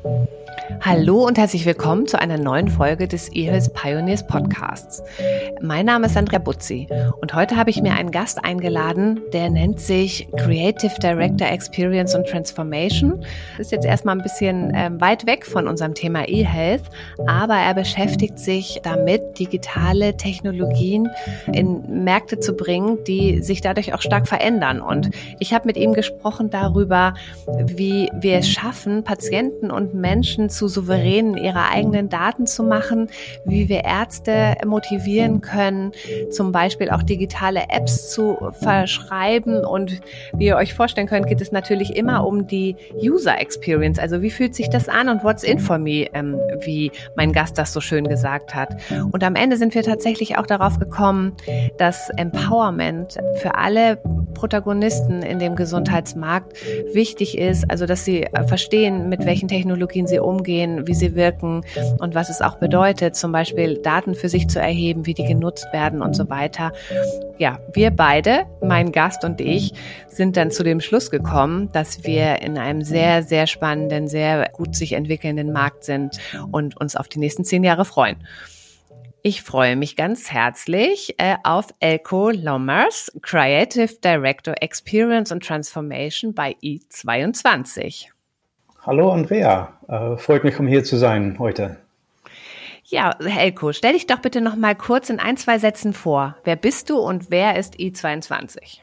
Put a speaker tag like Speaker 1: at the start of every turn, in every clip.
Speaker 1: Hallo und herzlich willkommen zu einer neuen Folge des eHealth Pioneers Podcasts. Mein Name ist Andrea Butzi und heute habe ich mir einen Gast eingeladen, der nennt sich Creative Director Experience und Transformation. Ist jetzt erstmal ein bisschen weit weg von unserem Thema eHealth, aber er beschäftigt sich damit, digitale Technologien in Märkte zu bringen, die sich dadurch auch stark verändern. Und ich habe mit ihm gesprochen darüber, wie wir es schaffen, Patienten und Menschen zu souverän ihre eigenen Daten zu machen, wie wir Ärzte motivieren können, zum Beispiel auch digitale Apps zu verschreiben. Und wie ihr euch vorstellen könnt, geht es natürlich immer um die User Experience. Also wie fühlt sich das an und what's in for me, wie mein Gast das so schön gesagt hat. Und am Ende sind wir tatsächlich auch darauf gekommen, dass Empowerment für alle Protagonisten in dem Gesundheitsmarkt wichtig ist, also dass sie verstehen, mit welchen Technologien sie umgehen, wie sie wirken und was es auch bedeutet, zum Beispiel Daten für sich zu erheben, wie die genutzt werden und so weiter. Ja, wir beide, mein Gast und ich, sind dann zu dem Schluss gekommen, dass wir in einem sehr, sehr spannenden, sehr gut sich entwickelnden Markt sind und uns auf die nächsten 10 Jahre freuen. Ich freue mich ganz herzlich auf Eelco Lommers, Creative Director Experience and Transformation bei i22.
Speaker 2: Hallo Andrea, freut mich, um hier zu sein heute.
Speaker 1: Ja, Eelco, stell dich doch bitte noch mal kurz in 1-2 Sätzen vor. Wer bist du und wer ist i22?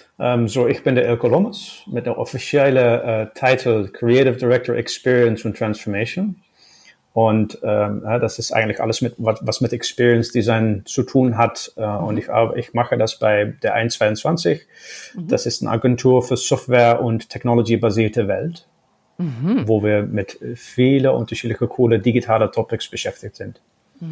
Speaker 2: Ich bin der Eelco Lommers mit der offiziellen Titel Creative Director Experience and Transformation. Und das ist eigentlich alles, was mit Experience Design zu tun hat. Und ich mache das bei der i22. Das ist eine Agentur für Software- und Technology-basierte Welt, wo wir mit vielen unterschiedlichen coole digitale Topics beschäftigt sind.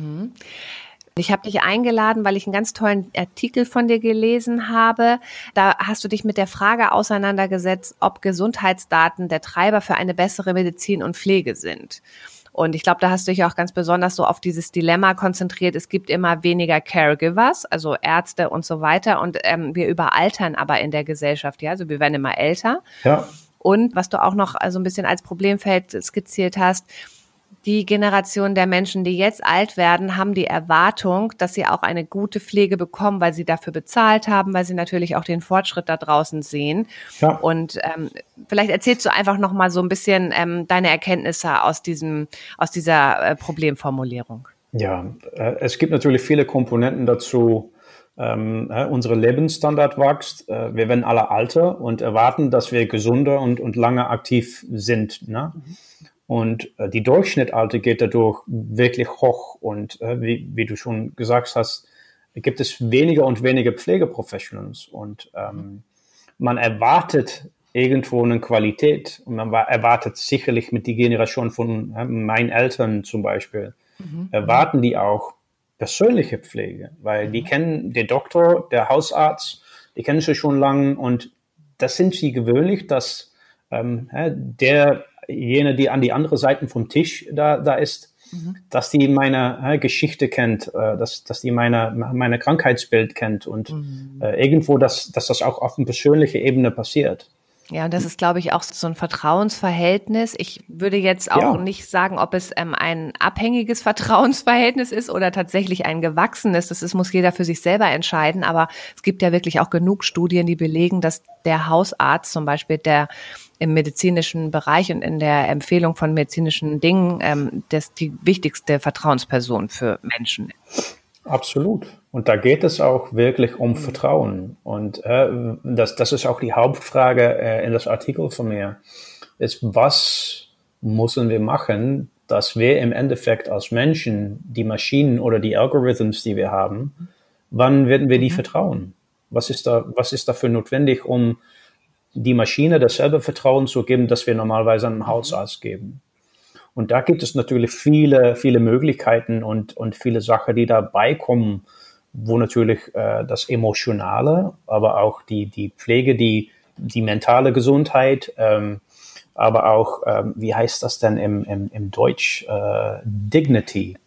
Speaker 1: Ich habe dich eingeladen, weil ich einen ganz tollen Artikel von dir gelesen habe. Da hast du dich mit der Frage auseinandergesetzt, ob Gesundheitsdaten der Treiber für eine bessere Medizin und Pflege sind. Und ich glaube, da hast du dich auch ganz besonders so auf dieses Dilemma konzentriert. Es gibt immer weniger Caregivers, also Ärzte und so weiter. Und wir überaltern aber in der Gesellschaft, ja, also wir werden immer älter.
Speaker 2: Ja.
Speaker 1: Und was du auch noch also ein bisschen als Problemfeld skizziert hast, die Generation der Menschen, die jetzt alt werden, haben die Erwartung, dass sie auch eine gute Pflege bekommen, weil sie dafür bezahlt haben, weil sie natürlich auch den Fortschritt da draußen sehen. Ja. Und vielleicht erzählst du einfach noch mal so ein bisschen deine Erkenntnisse aus dieser Problemformulierung.
Speaker 2: Ja, es gibt natürlich viele Komponenten dazu. Unsere Lebensstandard wächst. Wir werden alle älter und erwarten, dass wir gesunder und lange aktiv sind. Ne? Und die Durchschnittsalter geht dadurch wirklich hoch. Und wie du schon gesagt hast, gibt es weniger und weniger Pflegeprofessionals. Und man erwartet irgendwo eine Qualität. Und man erwartet sicherlich mit der Generation von meinen Eltern zum Beispiel, erwarten die auch persönliche Pflege. Weil die kennen den Doktor, der Hausarzt, die kennen sie schon lange. Und das sind sie gewöhnlich, dass derjenige, die an die andere Seite vom Tisch da ist, dass die meine Geschichte kennt, dass die meine Krankheitsbild kennt und irgendwo, dass das auch auf einer persönlichen Ebene passiert.
Speaker 1: Ja, und das ist, glaube ich, auch so ein Vertrauensverhältnis. Ich würde jetzt auch nicht sagen, ob es ein abhängiges Vertrauensverhältnis ist oder tatsächlich ein gewachsenes. Muss jeder für sich selber entscheiden. Aber es gibt ja wirklich auch genug Studien, die belegen, dass der Hausarzt zum Beispiel, der im medizinischen Bereich und in der Empfehlung von medizinischen Dingen, die wichtigste Vertrauensperson für Menschen.
Speaker 2: Absolut. Und da geht es auch wirklich um Vertrauen. Und das ist auch die Hauptfrage in das Artikel von mir, ist, was müssen wir machen, dass wir im Endeffekt als Menschen die Maschinen oder die Algorithmen, die wir haben, wann werden wir die vertrauen? Was ist dafür notwendig, um die Maschine dasselbe Vertrauen zu geben, das wir normalerweise einem Hausarzt geben? Und da gibt es natürlich viele, viele Möglichkeiten und viele Sachen, die dabei kommen, wo natürlich das Emotionale, aber auch die Pflege, die mentale Gesundheit, aber auch, wie heißt das denn im Deutsch, Dignity.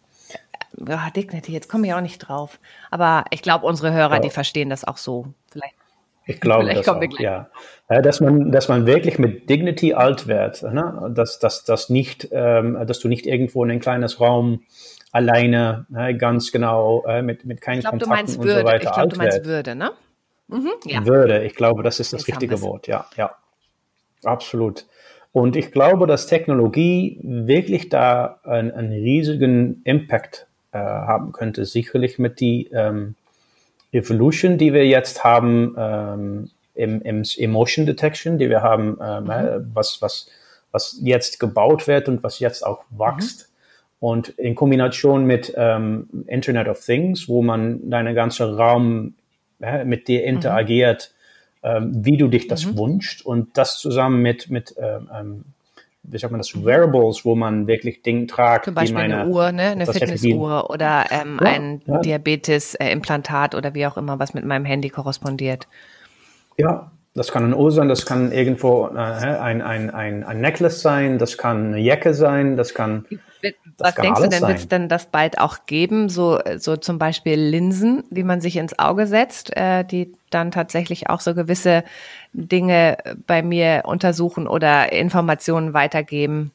Speaker 1: Ja, Dignity, jetzt komme ich auch nicht drauf. Aber ich glaube, unsere Hörer, die verstehen das auch so. Vielleicht.
Speaker 2: Ich glaube
Speaker 1: Vielleicht
Speaker 2: das
Speaker 1: kommen wir
Speaker 2: auch,
Speaker 1: gleich.
Speaker 2: ja. Dass man wirklich mit Dignity alt wird, ne? Dass du nicht irgendwo in ein kleines Raum alleine, ne, ganz genau, mit
Speaker 1: Ich
Speaker 2: keinen
Speaker 1: glaube, du
Speaker 2: Kontakten
Speaker 1: meinst
Speaker 2: und so
Speaker 1: Würde. Ich
Speaker 2: weiter
Speaker 1: glaube, du
Speaker 2: alt
Speaker 1: meinst
Speaker 2: wird.
Speaker 1: Würde, ne? Ja,
Speaker 2: Würde, ich glaube, das ist das
Speaker 1: jetzt haben wir
Speaker 2: richtige
Speaker 1: es.
Speaker 2: Wort, ja, ja, absolut. Und ich glaube, dass Technologie wirklich da einen riesigen Impact haben könnte, sicherlich mit die Evolution, die wir jetzt haben, im Emotion Detection, die wir haben, was jetzt gebaut wird und was jetzt auch wächst. Und in Kombination mit Internet of Things, wo man deinen ganzen Raum mit dir interagiert, wie du dich das wünschst und das zusammen mit wie sagt man das, Wearables, wo man wirklich Dinge
Speaker 1: Zum
Speaker 2: tragt, die
Speaker 1: Beispiel eine
Speaker 2: meine
Speaker 1: Uhr, ne? Eine
Speaker 2: tatsächlich die,
Speaker 1: Fitnessuhr oder
Speaker 2: ja,
Speaker 1: ein
Speaker 2: ja,
Speaker 1: Diabetes-Implantat oder wie auch immer, was mit meinem Handy korrespondiert.
Speaker 2: ja, das kann ein Uhr sein, das kann irgendwo ein Necklace sein, das kann eine Jacke sein, das
Speaker 1: Was
Speaker 2: kann
Speaker 1: denkst du
Speaker 2: alles
Speaker 1: denn, wird es
Speaker 2: sein.
Speaker 1: denn das bald auch geben? So zum Beispiel Linsen, die man sich ins Auge setzt, die dann tatsächlich auch so gewisse Dinge bei mir untersuchen oder Informationen weitergeben?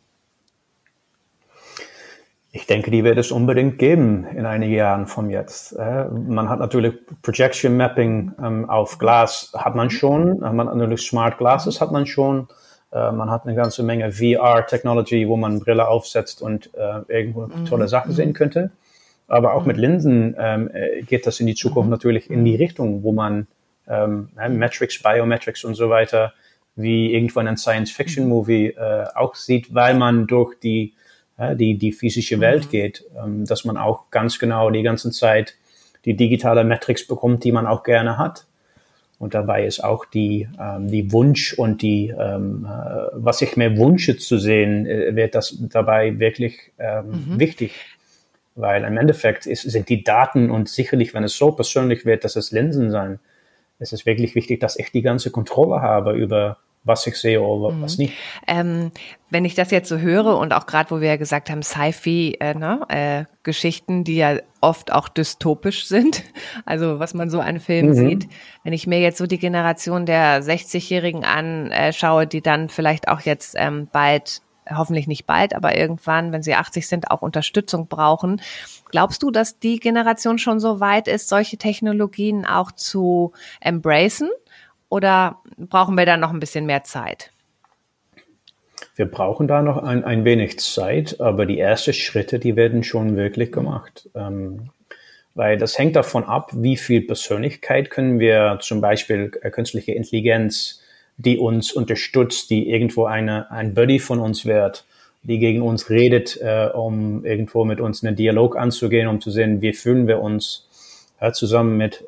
Speaker 2: Ich denke, die wird es unbedingt geben in einigen Jahren von jetzt. Man hat natürlich Projection Mapping auf Glas hat man schon, man hat natürlich Smart Glasses hat man schon. Man hat eine ganze Menge VR-Technology, wo man eine Brille aufsetzt und irgendwo tolle Sachen sehen könnte. Aber auch mit Linsen geht das in die Zukunft natürlich in die Richtung, wo man Metrics, Biometrics und so weiter, wie irgendwo in einem Science-Fiction-Movie auch sieht, weil man durch die physische Welt geht, dass man auch ganz genau die ganze Zeit die digitale Metrics bekommt, die man auch gerne hat. Und dabei ist auch die Wunsch und was ich mir wünsche zu sehen, wird das dabei wirklich wichtig. Weil im Endeffekt sind die Daten und sicherlich, wenn es so persönlich wird, dass es Linsen sein, ist es wirklich wichtig, dass ich die ganze Kontrolle habe über was ich sehe oder was nicht.
Speaker 1: Wenn ich das jetzt so höre und auch gerade, wo wir ja gesagt haben, Sci-Fi, Geschichten, die ja oft auch dystopisch sind, also was man so an Filmen sieht, wenn ich mir jetzt so die Generation der 60-Jährigen anschaue, die dann vielleicht auch jetzt bald, hoffentlich nicht bald, aber irgendwann, wenn sie 80 sind, auch Unterstützung brauchen. Glaubst du, dass die Generation schon so weit ist, solche Technologien auch zu embracen? Oder brauchen wir da noch ein bisschen mehr Zeit?
Speaker 2: Wir brauchen da noch ein wenig Zeit, aber die ersten Schritte, die werden schon wirklich gemacht. Weil das hängt davon ab, wie viel Persönlichkeit können wir zum Beispiel künstliche Intelligenz, die uns unterstützt, die irgendwo ein Buddy von uns wird, die gegen uns redet, um irgendwo mit uns einen Dialog anzugehen, um zu sehen, wie fühlen wir uns zusammen mit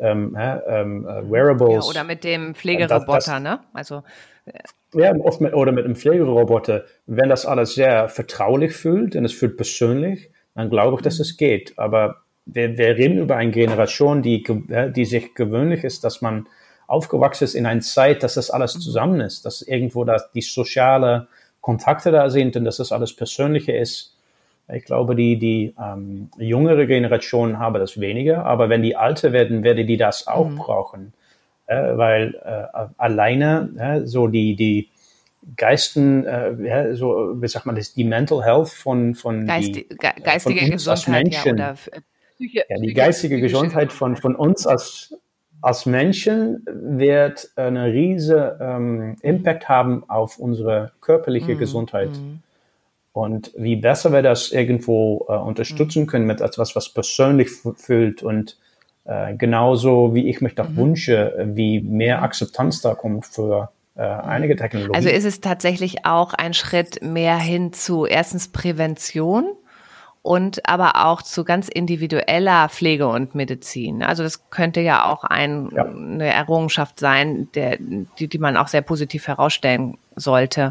Speaker 2: Wearables.
Speaker 1: Ja, oder mit dem Pflegeroboter, ne? Also
Speaker 2: ja, oft oder mit einem Pflegeroboter. Wenn das alles sehr vertraulich fühlt und es fühlt persönlich, dann glaube ich, dass es geht. Aber wir reden über eine Generation, die sich gewöhnlich ist, dass man aufgewachsen ist in einer Zeit, dass das alles zusammen ist, dass irgendwo die soziale Kontakte da sind und dass das alles Persönliche ist. Ich glaube, die jüngere Generation habe das weniger, aber wenn die alte werden, werde die das auch brauchen. Weil alleine so die Geisten, so wie sagt man das, die Mental Health von
Speaker 1: geistige
Speaker 2: von uns als
Speaker 1: Gesundheit,
Speaker 2: Menschen,
Speaker 1: oder
Speaker 2: die geistige Gesundheit von uns als Menschen wird einen riesen Impact haben auf unsere körperliche Gesundheit. Und wie besser wir das irgendwo unterstützen können mit etwas, was persönlich fühlt und genauso wie ich mich doch wünsche, wie mehr Akzeptanz da kommt für einige Technologien.
Speaker 1: Also ist es tatsächlich auch ein Schritt mehr hin zu erstens Prävention und aber auch zu ganz individueller Pflege und Medizin. Also das könnte ja auch eine Errungenschaft sein, die man auch sehr positiv herausstellen sollte.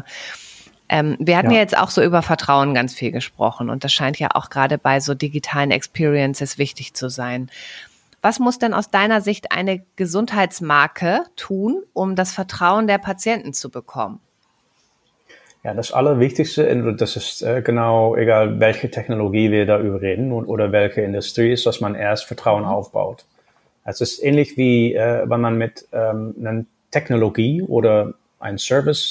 Speaker 1: Wir hatten ja jetzt auch so über Vertrauen ganz viel gesprochen und das scheint ja auch gerade bei so digitalen Experiences wichtig zu sein. Was muss denn aus deiner Sicht eine Gesundheitsmarke tun, um das Vertrauen der Patienten zu bekommen?
Speaker 2: Ja, das Allerwichtigste, das ist genau egal, welche Technologie wir da überreden oder welche Industrie ist, dass man erst Vertrauen aufbaut. Es ist ähnlich wie, wenn man mit einem Technologie oder ein Service,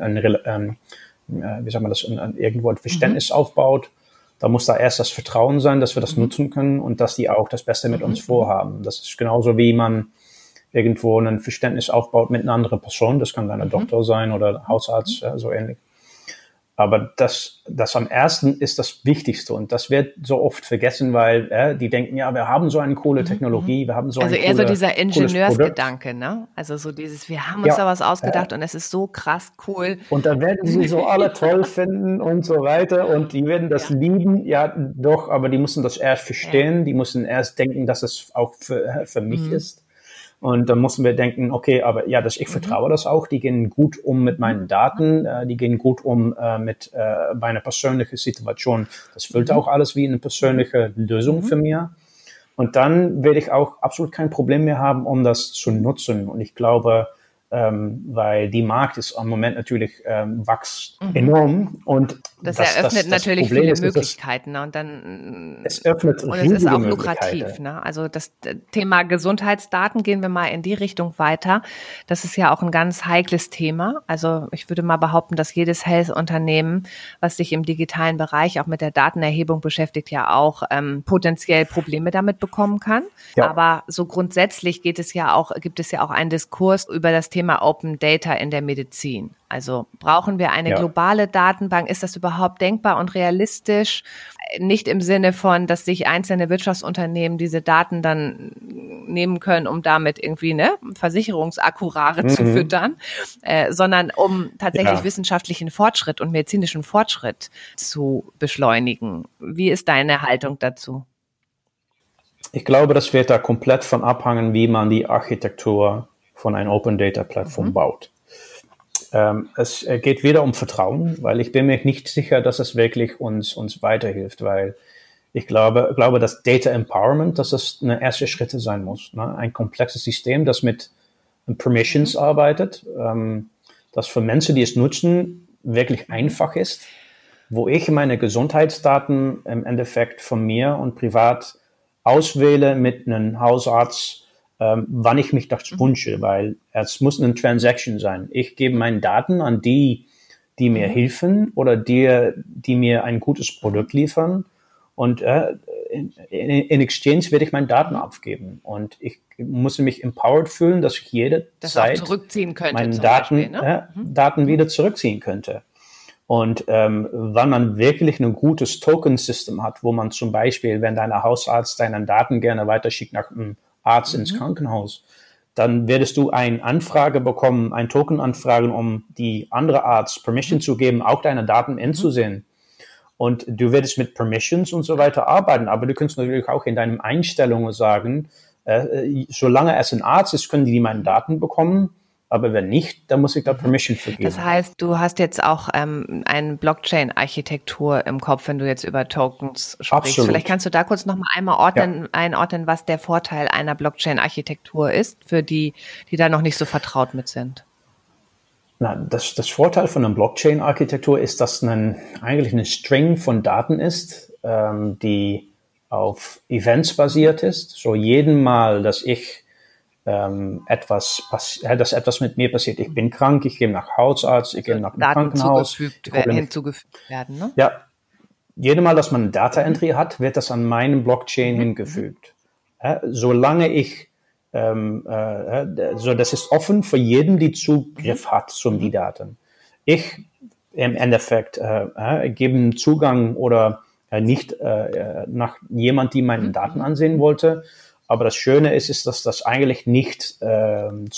Speaker 2: wie sagt man das, irgendwo ein Verständnis aufbaut, da muss da erst das Vertrauen sein, dass wir das nutzen können und dass die auch das Beste mit uns vorhaben. Das ist genauso, wie man irgendwo ein Verständnis aufbaut mit einer anderen Person. Das kann deine Tochter sein oder Hausarzt, so ähnlich. Aber das am ersten ist das Wichtigste und das wird so oft vergessen, weil die denken, ja, wir haben so eine coole Technologie, wir haben so
Speaker 1: also
Speaker 2: ein
Speaker 1: eher so dieser Ingenieursgedanke, ne? Also so dieses, wir haben uns da was ausgedacht und es ist so krass cool.
Speaker 2: Und dann werden sie so alle toll finden und so weiter und die werden das lieben, ja doch, aber die müssen das erst verstehen, die müssen erst denken, dass es auch für mich ist. Und dann müssen wir denken, okay, aber ja, ich vertraue das auch. Die gehen gut um mit meinen Daten, die gehen gut um mit meiner persönlichen Situation. Das fühlt auch alles wie eine persönliche Lösung für mich. Und dann werde ich auch absolut kein Problem mehr haben, um das zu nutzen. Und ich glaube, weil die Markt ist am Moment natürlich wächst enorm und
Speaker 1: das eröffnet
Speaker 2: das
Speaker 1: natürlich
Speaker 2: Problem
Speaker 1: viele Möglichkeiten, ne? Und dann
Speaker 2: es öffnet
Speaker 1: und es ist auch
Speaker 2: riesige
Speaker 1: lukrativ, ne? Also das Thema Gesundheitsdaten, gehen wir mal in die Richtung weiter. Das ist ja auch ein ganz heikles Thema. Also ich würde mal behaupten, dass jedes Health-Unternehmen, was sich im digitalen Bereich auch mit der Datenerhebung beschäftigt, ja auch potenziell Probleme damit bekommen kann. Ja. Aber so grundsätzlich gibt es ja auch einen Diskurs über das Thema Open Data in der Medizin. Also brauchen wir eine globale Datenbank? Ist das überhaupt denkbar und realistisch? Nicht im Sinne von, dass sich einzelne Wirtschaftsunternehmen diese Daten dann nehmen können, um damit irgendwie Versicherungsakkurare zu füttern, sondern um tatsächlich wissenschaftlichen Fortschritt und medizinischen Fortschritt zu beschleunigen. Wie ist deine Haltung dazu?
Speaker 2: Ich glaube, das wird da komplett von abhängen, wie man die Architektur von einer Open Data Plattform baut. Es geht wieder um Vertrauen, weil ich bin mir nicht sicher, dass es wirklich uns weiterhilft, weil ich glaube, dass Data Empowerment, dass das eine erste Schritte sein muss. Ne? Ein komplexes System, das mit Permissions arbeitet, das für Menschen, die es nutzen, wirklich einfach ist, wo ich meine Gesundheitsdaten im Endeffekt von mir und privat auswähle mit einem Hausarzt, wann ich mich das wünsche, weil es muss eine Transaction sein. Ich gebe meine Daten an die mir helfen oder die mir ein gutes Produkt liefern und in Exchange werde ich meine Daten abgeben und ich muss mich empowered fühlen, dass ich jede Zeit meine Daten wieder zurückziehen könnte. Und wenn man wirklich ein gutes Token-System hat, wo man zum Beispiel, wenn dein Hausarzt deine Daten gerne weiterschickt nach einem Arzt ins Krankenhaus, dann werdest du eine Anfrage bekommen, ein Token anfragen, um die andere Arzt Permission zu geben, auch deine Daten einzusehen. Und du wirst mit Permissions und so weiter arbeiten, aber du kannst natürlich auch in deinen Einstellungen sagen, solange es ein Arzt ist, können die meine Daten bekommen. Aber wenn nicht, dann muss ich da Permission für geben.
Speaker 1: Das heißt, du hast jetzt auch eine Blockchain-Architektur im Kopf, wenn du jetzt über Tokens sprichst.
Speaker 2: Absolut.
Speaker 1: Vielleicht kannst du da kurz nochmal einordnen, was der Vorteil einer Blockchain-Architektur ist, für die da noch nicht so vertraut mit sind.
Speaker 2: Na, das Vorteil von einer Blockchain-Architektur ist, dass eigentlich eine String von Daten ist, die auf Events basiert ist. So jeden Mal, dass etwas mit mir passiert. Ich bin krank, ich gehe nach Hausarzt, ich gehe nach einem Krankenhaus.
Speaker 1: Hinzugefügt werden, ne?
Speaker 2: Ja, jedes Mal, dass man eine Data Entry hat, wird das an meinem Blockchain hingefügt. Solange ich, so das ist offen für jeden, die Zugriff hat zu die Daten. Ich im Endeffekt gebe Zugang oder nicht nach jemand, die meine Daten ansehen wollte. Aber das Schöne ist, dass das eigentlich nicht wie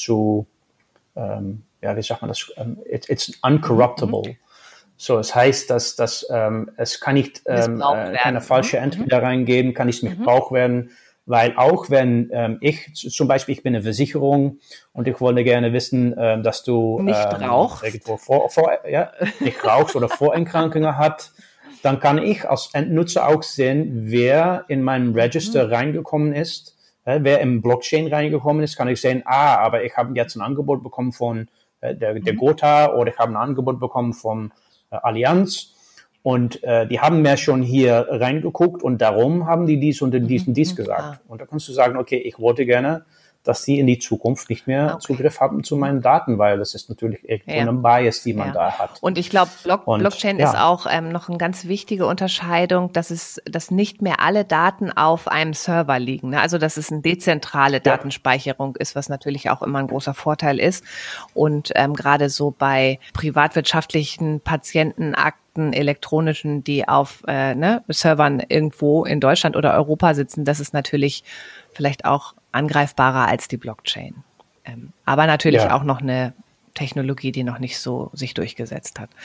Speaker 2: sagt man das? It's uncorruptible. So, es heißt, dass es kann nicht keine falsche Entry da reingeben, kann nicht missbraucht werden, weil auch wenn ich zum Beispiel, ich bin eine Versicherung und ich wollte gerne wissen, dass du
Speaker 1: nicht rauchst,
Speaker 2: nicht rauchst oder Vorerkrankungen hat, dann kann ich als Endnutzer auch sehen, wer in meinem Register reingekommen ist. Wer im Blockchain reingekommen ist, kann ich sehen, aber ich habe jetzt ein Angebot bekommen von der Gotha oder ich habe ein Angebot bekommen von Allianz und die haben mir schon hier reingeguckt und darum haben die dies und dies und dies gesagt. Und da kannst du sagen, okay, ich wollte gerne, dass die in die Zukunft nicht mehr Zugriff haben zu meinen Daten, weil das ist natürlich irgendwo eine Bias, die man da hat.
Speaker 1: Und ich glaube, Blockchain ist auch noch eine ganz wichtige Unterscheidung, dass nicht mehr alle Daten auf einem Server liegen. Ne? Also dass es eine dezentrale Datenspeicherung ist, was natürlich auch immer ein großer Vorteil ist. Und gerade so bei privatwirtschaftlichen Patientenakten, elektronischen, die auf Servern irgendwo in Deutschland oder Europa sitzen, das ist natürlich vielleicht auch angreifbarer als die Blockchain. Aber natürlich auch noch eine Technologie, die noch nicht so sich durchgesetzt hat.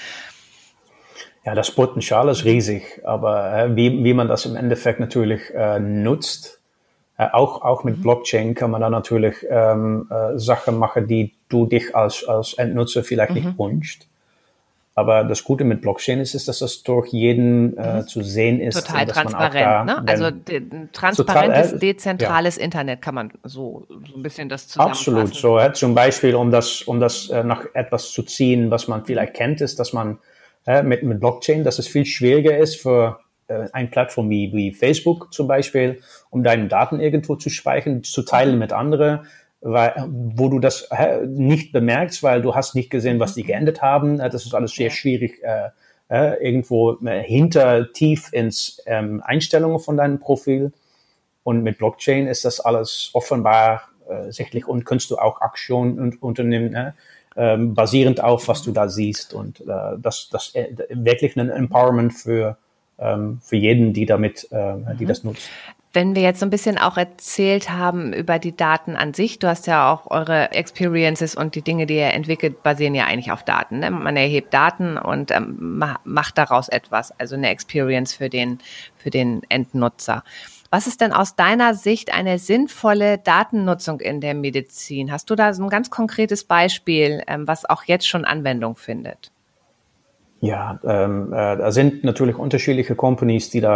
Speaker 2: Ja, das Potenzial ist riesig, aber wie man das im Endeffekt natürlich nutzt, auch mit Blockchain kann man da natürlich Sachen machen, die du dich als Endnutzer vielleicht nicht wünschst. Aber das Gute mit Blockchain ist, dass das durch jeden zu sehen ist.
Speaker 1: Total transparent, ne? Also transparentes, dezentrales Internet kann man so ein bisschen das zusammenfassen.
Speaker 2: Absolut. So, zum Beispiel, um das nach etwas zu ziehen, was man vielleicht kennt, ist, dass man mit Blockchain, dass es viel schwieriger ist für eine Plattform wie Facebook zum Beispiel, um deine Daten irgendwo zu speichern, zu teilen mit anderen, wo du das nicht bemerkst, weil du hast nicht gesehen, was die geändert haben. Das ist alles sehr schwierig, irgendwo tief ins Einstellungen von deinem Profil. Und mit Blockchain ist das alles offenbar sichtlich und kannst du auch Aktionen unternehmen, basierend auf, was du da siehst. Und das wirklich ein Empowerment für jeden, die das nutzt.
Speaker 1: Wenn wir jetzt so ein bisschen auch erzählt haben über die Daten an sich, du hast ja auch eure Experiences und die Dinge, die ihr entwickelt, basieren ja eigentlich auf Daten. Ne? Man erhebt Daten und macht daraus etwas, also eine Experience für den Endnutzer. Was ist denn aus deiner Sicht eine sinnvolle Datennutzung in der Medizin? Hast du da so ein ganz konkretes Beispiel, was auch jetzt schon Anwendung findet?
Speaker 2: Ja, da sind natürlich unterschiedliche Companies, die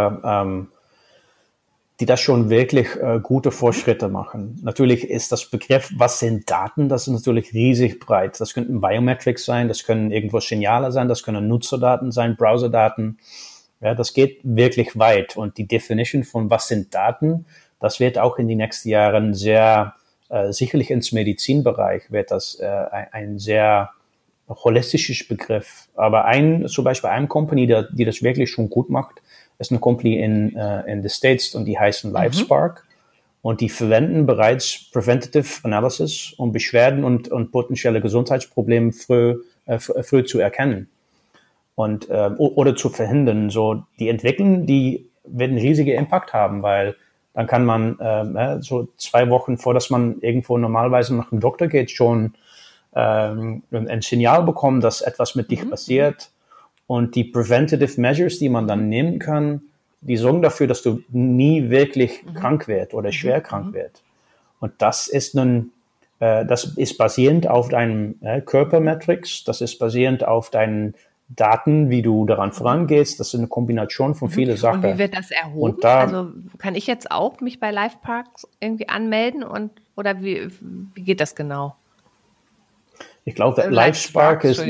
Speaker 2: das schon wirklich gute Fortschritte machen. Natürlich ist das Begriff, was sind Daten, das ist natürlich riesig breit. Das könnten Biometrics sein, das können irgendwo Signale sein, das können Nutzerdaten sein, Browserdaten. Ja, das geht wirklich weit. Und die Definition von was sind Daten, das wird auch in den nächsten Jahren sehr, sicherlich ins Medizinbereich wird das ein sehr holistisches Begriff. Aber zum Beispiel eine Company, die das wirklich schon gut macht, ist eine Company in the States und die heißen LiveSpark. Und die verwenden bereits Preventative Analysis, um Beschwerden und potenzielle Gesundheitsprobleme früh zu erkennen und oder zu verhindern. So die entwickeln, die werden riesige Impact haben, weil dann kann man so 2 Wochen vor, dass man irgendwo normalerweise nach dem Doktor geht, schon ein Signal bekommen, dass etwas mit dich passiert. Und die Preventative Measures, die man dann nehmen kann, die sorgen dafür, dass du nie wirklich krank wirst oder schwer krank wirst. Und das ist basierend auf deinen Körpermetrics, das ist basierend auf deinen Daten, wie du daran vorangehst. Das ist eine Kombination von vielen Sachen.
Speaker 1: Und wie wird das erhoben? Also kann ich jetzt auch mich bei LiveSpark irgendwie anmelden oder wie geht das genau?
Speaker 2: Ich glaube, LiveSpark ist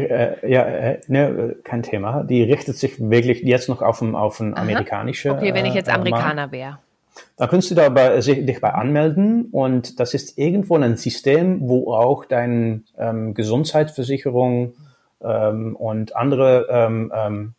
Speaker 2: kein Thema. Die richtet sich wirklich jetzt noch auf ein amerikanische.
Speaker 1: Okay, wenn ich jetzt Amerikaner wäre.
Speaker 2: Dann kannst du dich bei anmelden und das ist irgendwo ein System, wo auch deine Gesundheitsversicherung und andere,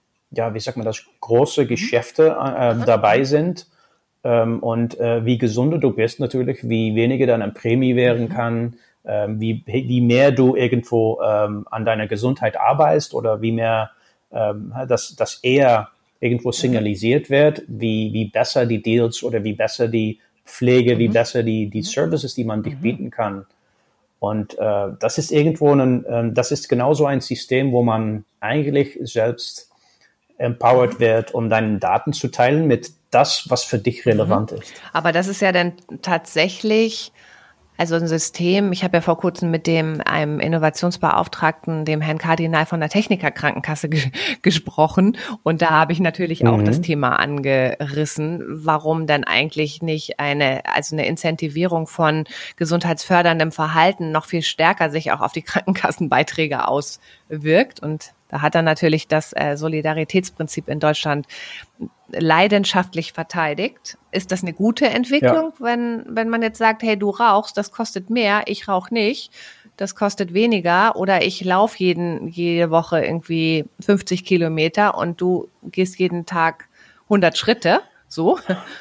Speaker 2: große Geschäfte dabei sind. Und wie gesunder du bist natürlich, wie weniger deine Prämie werden kann, wie mehr du irgendwo an deiner Gesundheit arbeitest oder wie mehr das eher irgendwo signalisiert wird, wie besser die Deals oder wie besser die Pflege, wie besser die Services, die man dich bieten kann. Und das ist irgendwo das ist genauso ein System, wo man eigentlich selbst empowered wird, um deine Daten zu teilen mit das, was für dich relevant ist.
Speaker 1: Aber das ist ja dann tatsächlich also ein System, ich habe ja vor kurzem mit einem Innovationsbeauftragten, dem Herrn Kardinal von der Techniker Krankenkasse gesprochen und da habe ich natürlich auch das Thema angerissen, warum dann eigentlich nicht eine Incentivierung von gesundheitsförderndem Verhalten noch viel stärker sich auch auf die Krankenkassenbeiträge auswirkt und da hat dann natürlich das Solidaritätsprinzip in Deutschland leidenschaftlich verteidigt. Ist das eine gute Entwicklung, wenn man jetzt sagt, hey, du rauchst, das kostet mehr, ich rauche nicht, das kostet weniger, oder ich laufe jede Woche irgendwie 50 Kilometer und du gehst jeden Tag 100 Schritte, so?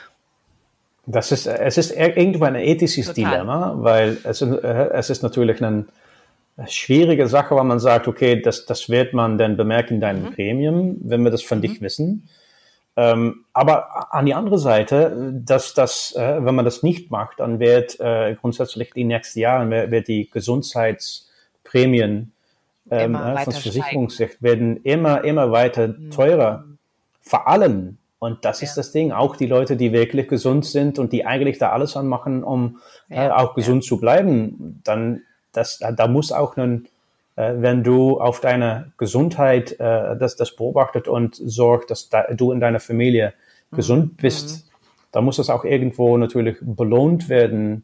Speaker 2: Es ist irgendwo ein ethisches
Speaker 1: Total.
Speaker 2: Dilemma, weil es ist natürlich eine schwierige Sache, weil man sagt, okay, das wird man dann bemerken in deinem Premium, wenn wir das von dich wissen. Aber an die andere Seite, wenn man das nicht macht, dann wird grundsätzlich die nächsten Jahre wird die Gesundheitsprämien von Versicherungssicht werden immer weiter teurer. Vor allem, und das ist das Ding, auch die Leute, die wirklich gesund sind und die eigentlich da alles anmachen, um auch gesund zu bleiben, dann da muss auch wenn du auf deine Gesundheit das beobachtet und sorgt, dass du in deiner Familie gesund bist, da muss das auch irgendwo natürlich belohnt werden,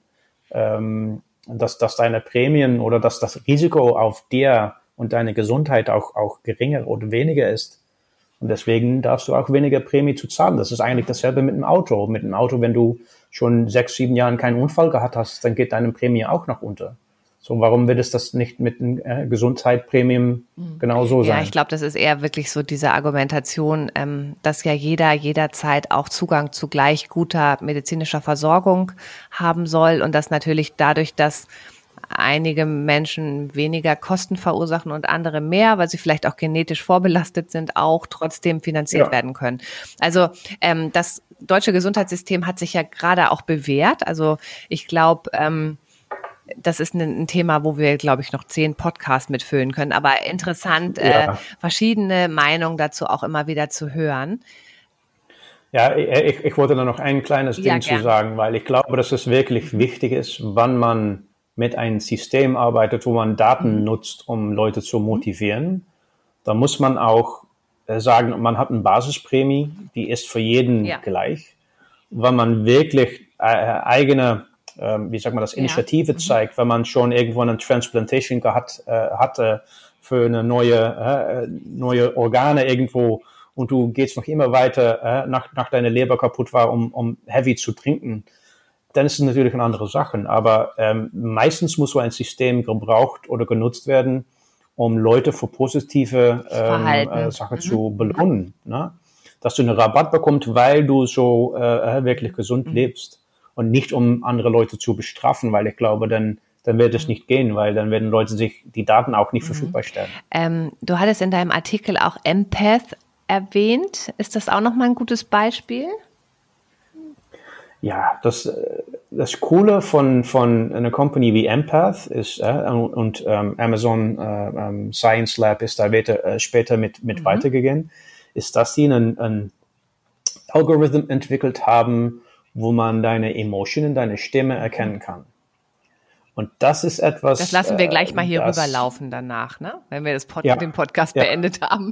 Speaker 2: dass deine Prämien oder dass das Risiko auf dir und deine Gesundheit auch geringer oder weniger ist. Und deswegen darfst du auch weniger Prämie zu zahlen. Das ist eigentlich dasselbe mit dem Auto. Mit dem Auto, wenn du schon 6, 7 Jahren keinen Unfall gehabt hast, dann geht deine Prämie auch nach unten. So, warum wird es das nicht mit einem Gesundheitsprämien genauso sein?
Speaker 1: Ja, ich glaube, das ist eher wirklich so diese Argumentation, dass ja jeder jederzeit auch Zugang zu gleich guter medizinischer Versorgung haben soll und dass natürlich dadurch, dass einige Menschen weniger Kosten verursachen und andere mehr, weil sie vielleicht auch genetisch vorbelastet sind, auch trotzdem finanziert werden können. Also das deutsche Gesundheitssystem hat sich ja gerade auch bewährt. Also ich glaube, das ist ein Thema, wo wir, glaube ich, noch 10 Podcasts mitfüllen können. Aber interessant, verschiedene Meinungen dazu auch immer wieder zu hören.
Speaker 2: Ja, ich wollte da noch ein kleines Ding zu sagen, weil ich glaube, dass es wirklich wichtig ist, wann man mit einem System arbeitet, wo man Daten nutzt, um Leute zu motivieren. Da muss man auch sagen, man hat eine Basisprämie, die ist für jeden gleich. Wenn man wirklich eigene Initiative zeigt, wenn man schon irgendwo eine Transplantation hatte für eine neue Organe irgendwo und du gehst noch immer weiter, nach deiner Leber kaputt war, um heavy zu trinken, dann ist es natürlich eine andere Sache. Aber meistens muss so ein System gebraucht oder genutzt werden, um Leute für positive Sachen zu belohnen. Ne? Dass du einen Rabatt bekommst, weil du so wirklich gesund lebst. Und nicht, um andere Leute zu bestrafen, weil ich glaube, dann wird es nicht gehen, weil dann werden Leute sich die Daten auch nicht verfügbar stellen.
Speaker 1: Du hattest in deinem Artikel auch Empath erwähnt. Ist das auch nochmal ein gutes Beispiel?
Speaker 2: Ja, das Coole von einer Company wie Empath ist, und Amazon Science Lab ist da später mit weitergegangen, ist, dass sie einen Algorithm entwickelt haben, wo man deine Emotionen, deine Stimme erkennen kann. Und das ist etwas...
Speaker 1: Das lassen wir gleich mal hier rüberlaufen danach, ne? Wenn wir den Podcast beendet haben.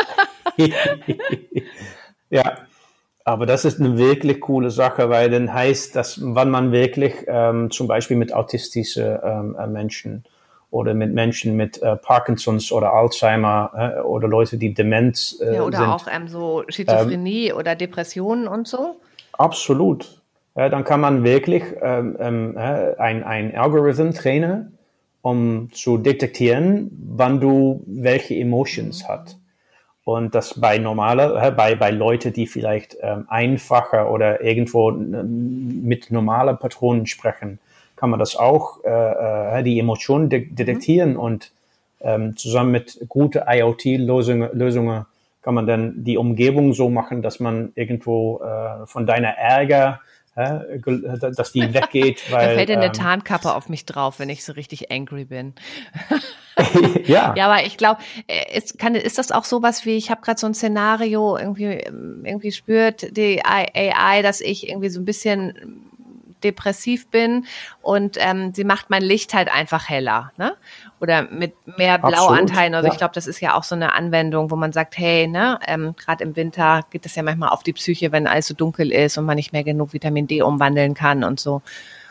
Speaker 2: Ja, aber das ist eine wirklich coole Sache, weil dann heißt, dass wenn man wirklich zum Beispiel mit autistischen Menschen oder mit Menschen mit Parkinsons oder Alzheimer oder Leute, die Demenz
Speaker 1: oder
Speaker 2: sind.
Speaker 1: auch so Schizophrenie oder Depressionen und so?
Speaker 2: Absolut. Dann kann man wirklich ein Algorithm trainen, um zu detektieren, wann du welche Emotions hast. Und das bei Leute, die vielleicht einfacher oder irgendwo mit normalen Patronen sprechen, kann man das auch, die Emotionen detektieren und zusammen mit guten IoT-Lösungen kann man dann die Umgebung so machen, dass man irgendwo von deiner Ärger, dass die weggeht. Weil,
Speaker 1: da fällt eine Tarnkappe auf mich drauf, wenn ich so richtig angry bin.
Speaker 2: Ja,
Speaker 1: aber ich glaube, ist das auch sowas wie, ich habe gerade so ein Szenario, irgendwie spürt die AI, dass ich irgendwie so ein bisschen depressiv bin und sie macht mein Licht halt einfach heller, ne? Oder mit mehr Blauanteilen. Also ich glaube, das ist ja auch so eine Anwendung, wo man sagt, hey, ne, gerade im Winter geht das ja manchmal auf die Psyche, wenn alles so dunkel ist und man nicht mehr genug Vitamin D umwandeln kann und so.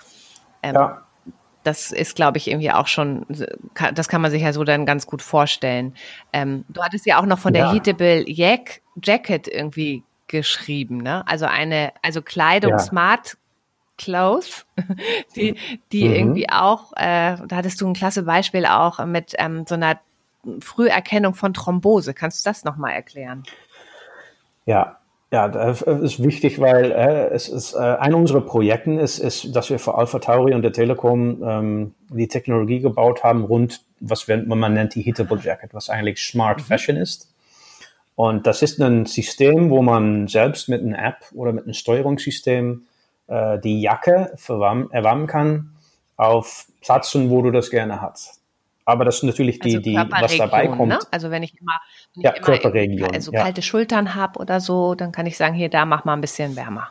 Speaker 1: Das ist, glaube ich, irgendwie auch schon, das kann man sich ja so dann ganz gut vorstellen. Du hattest ja auch noch von der Heatable Jacket irgendwie geschrieben, ne? Also Kleidung, Smart Clothes, die irgendwie auch, da hattest du ein klasse Beispiel auch mit so einer Früherkennung von Thrombose. Kannst du das nochmal erklären?
Speaker 2: Ja, das ist wichtig, weil es ist ein unserer Projekten ist, dass wir für Alpha Tauri und der Telekom die Technologie gebaut haben rund, man nennt die Heatable Jacket, was eigentlich Smart Fashion ist. Und das ist ein System, wo man selbst mit einer App oder mit einem Steuerungssystem die Jacke erwärmen kann auf Plätzen, wo du das gerne hast. Aber das ist natürlich was dabei kommt.
Speaker 1: Ne? Also wenn ich immer
Speaker 2: Körperregion,
Speaker 1: also kalte Schultern habe oder so, dann kann ich sagen, hier, da mach mal ein bisschen wärmer.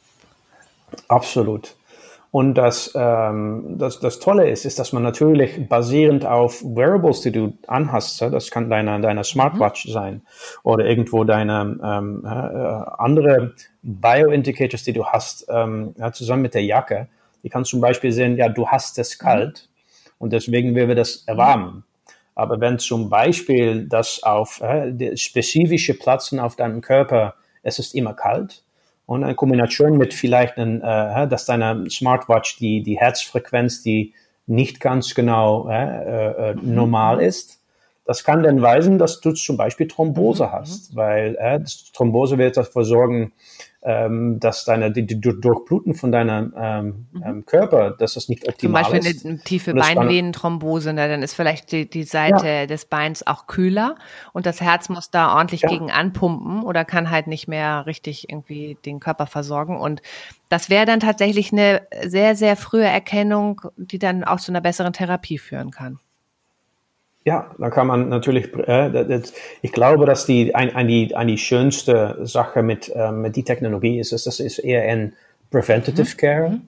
Speaker 2: Absolut. Und das Tolle ist, dass man natürlich basierend auf Wearables, die du anhast, das kann deine Smartwatch sein oder irgendwo deine andere Bioindicators, die du hast, zusammen mit der Jacke, die kannst zum Beispiel sehen, ja, du hast es kalt und deswegen will wir das erwärmen. Aber wenn zum Beispiel das auf die spezifische Plätze auf deinem Körper, es ist immer kalt, und eine Kombination mit vielleicht, dass deine Smartwatch die Herzfrequenz, die nicht ganz genau normal ist, das kann dann weisen, dass du zum Beispiel Thrombose hast, weil Thrombose wird dafür sorgen, dass die Durchbluten von deinem Körper, dass das nicht optimal ist.
Speaker 1: Zum Beispiel eine tiefe Beinvenenthrombose, ne? Dann ist vielleicht die Seite des Beins auch kühler und das Herz muss da ordentlich gegen anpumpen oder kann halt nicht mehr richtig irgendwie den Körper versorgen. Und das wäre dann tatsächlich eine sehr, sehr frühe Erkennung, die dann auch zu einer besseren Therapie führen kann.
Speaker 2: Ja, da kann man natürlich, ich glaube, dass die schönste Sache mit die Technologie ist, dass das ist eher ein Preventative Care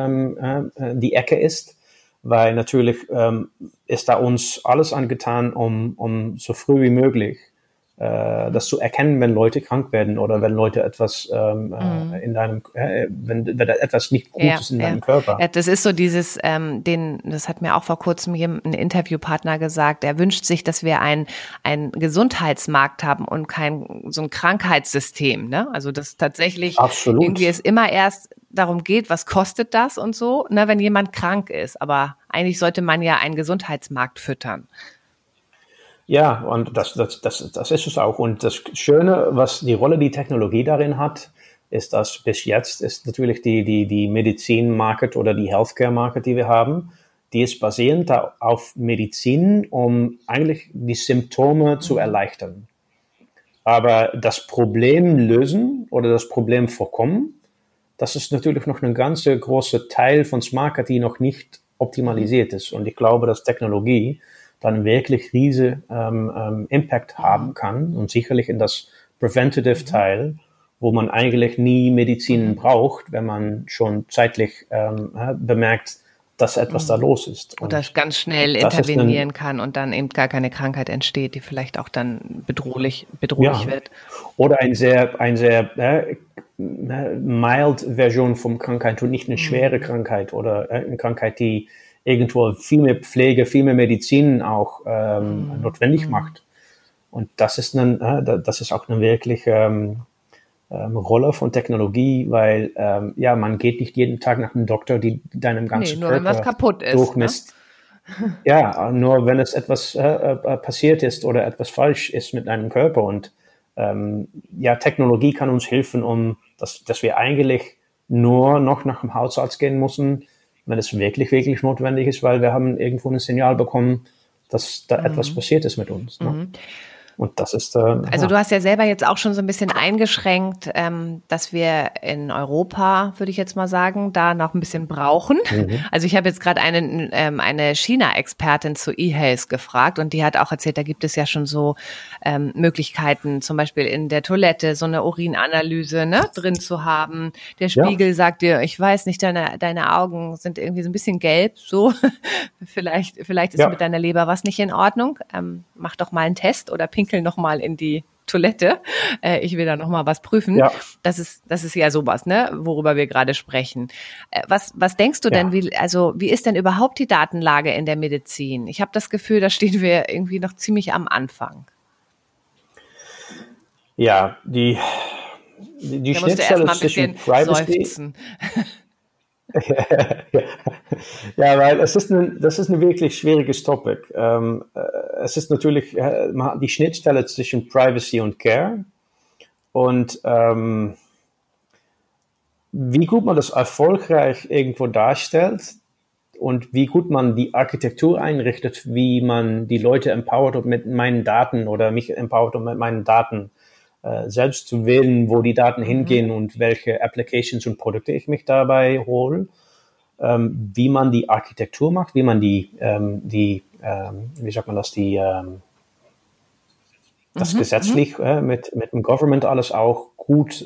Speaker 2: die Ecke ist, weil natürlich ist da uns alles angetan, um so früh wie möglich das zu erkennen, wenn Leute krank werden oder wenn Leute etwas in deinem, wenn etwas nicht gut ist in deinem Körper.
Speaker 1: Ja, das ist so dieses, das hat mir auch vor kurzem ein Interviewpartner gesagt, er wünscht sich, dass wir einen Gesundheitsmarkt haben und kein so ein Krankheitssystem, ne? Also das tatsächlich irgendwie es immer erst darum geht, was kostet das und so, ne, wenn jemand krank ist. Aber eigentlich sollte man ja einen Gesundheitsmarkt füttern.
Speaker 2: Ja, und das ist es auch. Und das Schöne, was die Rolle die Technologie darin hat, ist, dass bis jetzt ist natürlich die Medizin-Market oder die Healthcare-Market, die wir haben, die ist basierend auf Medizin, um eigentlich die Symptome zu erleichtern. Aber das Problem lösen oder das Problem vorkommen, das ist natürlich noch ein ganz großer Teil von Market, die noch nicht optimalisiert ist. Und ich glaube, dass Technologie dann wirklich riesen Impact haben kann und sicherlich in das Preventative-Teil, wo man eigentlich nie Medizin braucht, wenn man schon zeitlich bemerkt, dass etwas da los ist.
Speaker 1: Und das ganz schnell intervenieren kann und dann eben gar keine Krankheit entsteht, die vielleicht auch dann bedrohlich wird.
Speaker 2: Oder eine sehr mild Version von Krankheit und nicht eine schwere Krankheit oder eine Krankheit, die irgendwo viel mehr Pflege, viel mehr Medizin auch notwendig macht. Und das ist auch eine wirklich Rolle von Technologie, weil man geht nicht jeden Tag nach einem Doktor, die deinem ganzen
Speaker 1: nur
Speaker 2: Körper
Speaker 1: wenn was kaputt ist,
Speaker 2: durchmisst. Ne? Ja, nur wenn es etwas passiert ist oder etwas falsch ist mit deinem Körper. Und Technologie kann uns helfen, dass wir eigentlich nur noch nach dem Hausarzt gehen müssen, wenn es wirklich, wirklich notwendig ist, weil wir haben irgendwo ein Signal bekommen, dass da etwas passiert ist mit uns. Ne? Und das ist
Speaker 1: also du hast ja selber jetzt auch schon so ein bisschen eingeschränkt, dass wir in Europa, würde ich jetzt mal sagen, da noch ein bisschen brauchen. Also ich habe jetzt gerade eine China-Expertin zu eHealth gefragt und die hat auch erzählt, da gibt es ja schon so Möglichkeiten, zum Beispiel in der Toilette so eine Urinanalyse drin zu haben. Der Spiegel sagt dir, ich weiß nicht, deine Augen sind irgendwie so ein bisschen gelb, so vielleicht ist mit deiner Leber was nicht in Ordnung. Mach doch mal einen Test oder pinkel noch mal in die Toilette. Ich will da noch mal was prüfen. Ja. Das ist ja sowas, ne, worüber wir gerade sprechen. Was denkst du denn, wie ist denn überhaupt die Datenlage in der Medizin? Ich habe das Gefühl, da stehen wir irgendwie noch ziemlich am Anfang.
Speaker 2: Ja, die
Speaker 1: Da musst du
Speaker 2: Schnittstelle
Speaker 1: erstmal ein
Speaker 2: zwischen
Speaker 1: bisschen
Speaker 2: Privacy.
Speaker 1: seufzen.
Speaker 2: Ja, weil das ist ein wirklich schwieriges Topic. Es ist natürlich man hat die Schnittstelle zwischen Privacy und Care und wie gut man das erfolgreich irgendwo darstellt und wie gut man die Architektur einrichtet, wie man die Leute empowert mit meinen Daten oder mich empowert mit meinen Daten selbst zu wählen, wo die Daten hingehen und welche Applications und Produkte ich mich dabei hole, wie man die Architektur macht, wie man wie sagt man das, das gesetzlich mit dem Government alles auch gut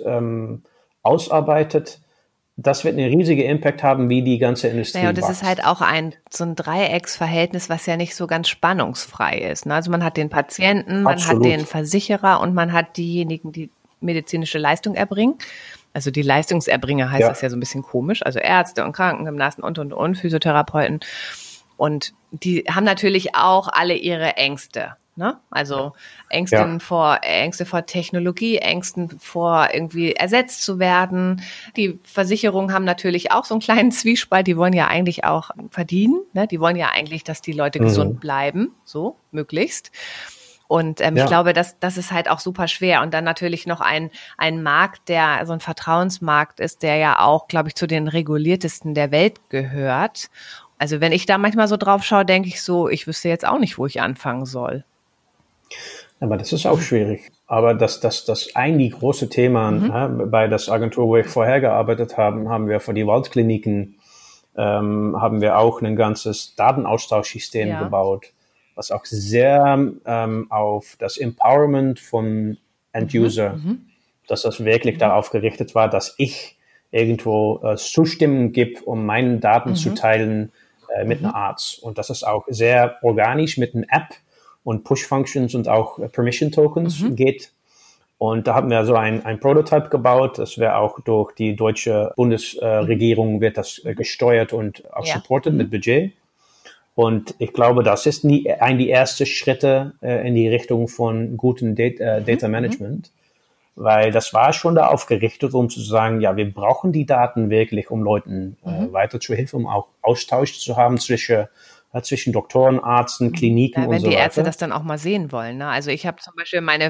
Speaker 2: ausarbeitet. Das wird einen riesigen Impact haben, wie die ganze Industrie
Speaker 1: Naja, und das
Speaker 2: wächst.
Speaker 1: ist halt auch so ein Dreiecksverhältnis, was ja nicht so ganz spannungsfrei ist. Ne? Also man hat den Patienten, man hat
Speaker 2: Absolut.
Speaker 1: den Versicherer und man hat diejenigen, die medizinische Leistung erbringen. Also die Leistungserbringer heißt das ja so ein bisschen komisch. Also Ärzte und Krankengymnasten und Physiotherapeuten. Und die haben natürlich auch alle ihre Ängste. Ne? Also Ängste vor Technologie, Ängsten vor irgendwie ersetzt zu werden. Die Versicherungen haben natürlich auch so einen kleinen Zwiespalt. Die wollen ja eigentlich auch verdienen. Ne? Die wollen ja eigentlich, dass die Leute gesund bleiben, so möglichst. Und ich glaube, das ist halt auch super schwer. Und dann natürlich noch ein Markt, der so ein Vertrauensmarkt ist, der ja auch, glaube ich, zu den reguliertesten der Welt gehört. Also wenn ich da manchmal so drauf schaue, denke ich so, ich wüsste jetzt auch nicht, wo ich anfangen soll.
Speaker 2: Aber das ist auch schwierig. Aber das eigentlich große Thema bei der Agentur, wo ich vorher gearbeitet habe, haben wir für die Waldkliniken haben wir auch ein ganzes Datenaustauschsystem gebaut, was auch sehr auf das Empowerment von End-User, dass das wirklich darauf gerichtet war, dass ich irgendwo Zustimmung gebe, um meine Daten zu teilen mit einem Arzt. Und das ist auch sehr organisch mit einer App und Push-Functions und auch Permission-Tokens geht. Und da haben wir so ein Prototype gebaut. Das wäre auch durch die deutsche Bundesregierung wird das gesteuert und auch supported mit Budget. Und ich glaube, das ist die ersten Schritte in die Richtung von gutem Data Management. Weil das war schon darauf gerichtet, um zu sagen, ja, wir brauchen die Daten wirklich, um Leuten weiter zu helfen, um auch Austausch zu haben zwischen Doktoren, Ärzten, Kliniken und so weiter.
Speaker 1: Wenn die Ärzte das dann auch mal sehen wollen. Ne? Also ich habe zum Beispiel meine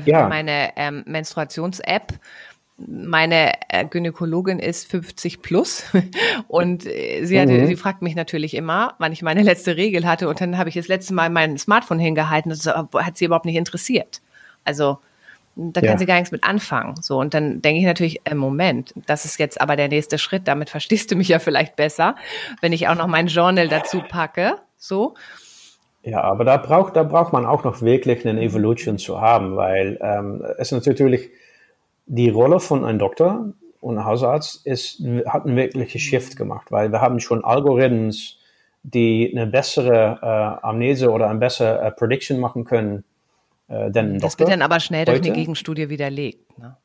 Speaker 1: Menstruations-App. Meine Gynäkologin ist 50 plus und sie fragt mich natürlich immer, wann ich meine letzte Regel hatte, und dann habe ich das letzte Mal mein Smartphone hingehalten, das hat sie überhaupt nicht interessiert. Also da kann sie gar nichts mit anfangen. So, und dann denke ich natürlich, Moment, das ist jetzt aber der nächste Schritt, damit verstehst du mich ja vielleicht besser, wenn ich auch noch mein Journal dazu packe. So.
Speaker 2: Ja, aber da braucht man auch noch wirklich eine Evolution zu haben, weil es natürlich die Rolle von einem Doktor und einem Hausarzt hat einen wirklichen Shift gemacht, weil wir haben schon Algorithmen, die eine bessere Amnese oder eine bessere Prediction machen können, denn ein Doktor.
Speaker 1: Das wird dann aber schnell durch eine Gegenstudie widerlegt, ne?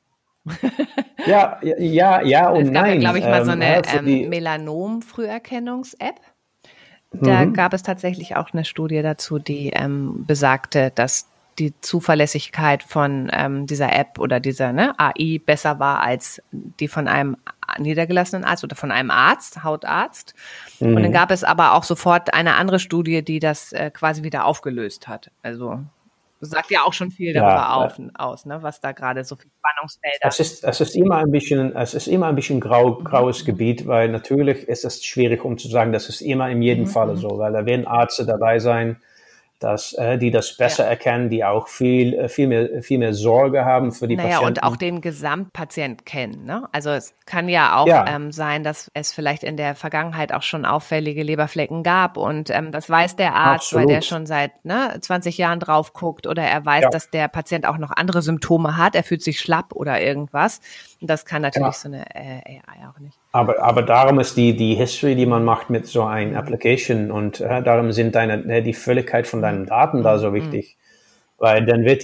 Speaker 2: Ja und nein.
Speaker 1: Es gab ja, glaube ich, mal so eine Melanom-Früherkennungs-App. Da gab es tatsächlich auch eine Studie dazu, die besagte, dass die Zuverlässigkeit von dieser App oder dieser AI besser war als die von einem niedergelassenen Arzt oder von einem Arzt, Hautarzt. Und dann gab es aber auch sofort eine andere Studie, die das quasi wieder aufgelöst hat. Also sagt ja auch schon viel darüber aus, ne, was da gerade so viel Spannungsfelder.
Speaker 2: Es ist immer ein bisschen graues Gebiet, weil natürlich ist es schwierig, um zu sagen, das ist immer in jedem Falle so, weil da werden Ärzte dabei sein, die das besser erkennen, die auch viel mehr Sorge haben für die Patienten.
Speaker 1: Und auch den Gesamtpatient kennen. Ne? Also es kann ja auch sein, dass es vielleicht in der Vergangenheit auch schon auffällige Leberflecken gab, und das weiß der Arzt, weil der schon seit 20 Jahren drauf guckt, oder er weiß, dass der Patient auch noch andere Symptome hat, er fühlt sich schlapp oder irgendwas. Und das kann natürlich so eine AI auch nicht.
Speaker 2: Aber darum ist die History, die man macht mit so einer Application, und darum sind die Völligkeit von deinen Daten da so wichtig, weil dann wird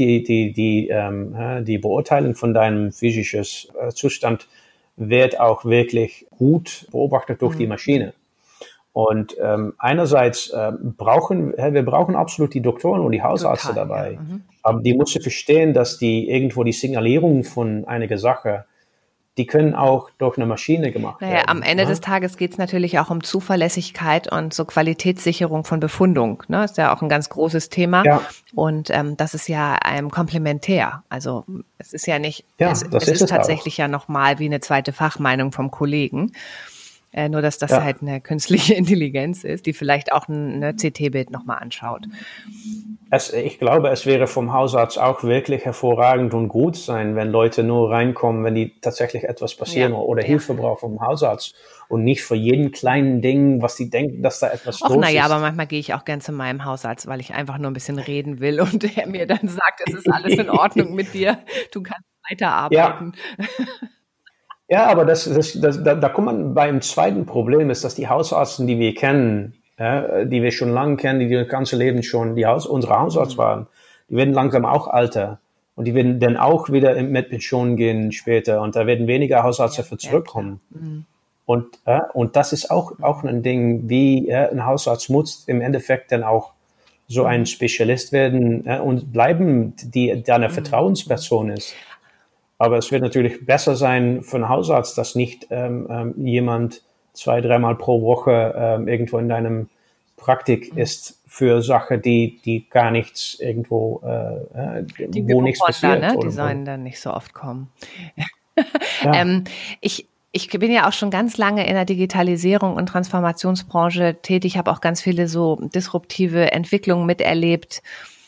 Speaker 2: die Beurteilung von deinem physischen Zustand wird auch wirklich gut beobachtet durch die Maschine. Und einerseits wir brauchen absolut die Doktoren und die Hausärzte dabei, aber die müssen verstehen, dass die irgendwo die Signalierung von einiger Sache, die können auch durch eine Maschine gemacht
Speaker 1: Naja,
Speaker 2: werden.
Speaker 1: am Ende des Tages geht es natürlich auch um Zuverlässigkeit und so Qualitätssicherung von Befundung. Ne? Ist ja auch ein ganz großes Thema.
Speaker 2: Ja.
Speaker 1: Und das ist ja einem komplementär. Also es ist ja nicht,
Speaker 2: Ja,
Speaker 1: es
Speaker 2: das
Speaker 1: ist
Speaker 2: es
Speaker 1: tatsächlich
Speaker 2: auch.
Speaker 1: ja nochmal wie eine zweite Fachmeinung vom Kollegen. Nur, dass das
Speaker 2: Ja.
Speaker 1: halt eine künstliche Intelligenz ist, die vielleicht auch ein CT-Bild nochmal anschaut.
Speaker 2: Ich glaube, es wäre vom Hausarzt auch wirklich hervorragend und gut sein, wenn Leute nur reinkommen, wenn die tatsächlich etwas passieren oder Hilfe brauchen vom Hausarzt und nicht für jeden kleinen Ding, was die denken, dass da etwas los ist.
Speaker 1: Naja, aber manchmal gehe ich auch gern zu meinem Hausarzt, weil ich einfach nur ein bisschen reden will und er mir dann sagt, es ist alles in Ordnung mit dir, du kannst weiterarbeiten.
Speaker 2: Ja, aber da kommt man beim zweiten Problem, ist, dass die Hausärzte, die wir kennen, die wir schon lange kennen, die das ganze Leben schon unsere Hausarzt waren, die werden langsam auch alter und die werden dann auch wieder mit Pension gehen später und da werden weniger Hausärzte für zurückkommen. Und das ist auch ein Ding, wie ein Hausarzt muss im Endeffekt dann auch so ein Spezialist werden und bleiben, die eine Vertrauensperson ist. Aber es wird natürlich besser sein für einen Hausarzt, dass nicht jemand 2-3 Mal pro Woche irgendwo in deinem Praktik ist für Sachen, die gar nichts irgendwo, wo nichts passiert.
Speaker 1: Ne? Die sollen dann nicht so oft kommen. Ja. Ich bin ja auch schon ganz lange in der Digitalisierung und Transformationsbranche tätig, habe auch ganz viele so disruptive Entwicklungen miterlebt.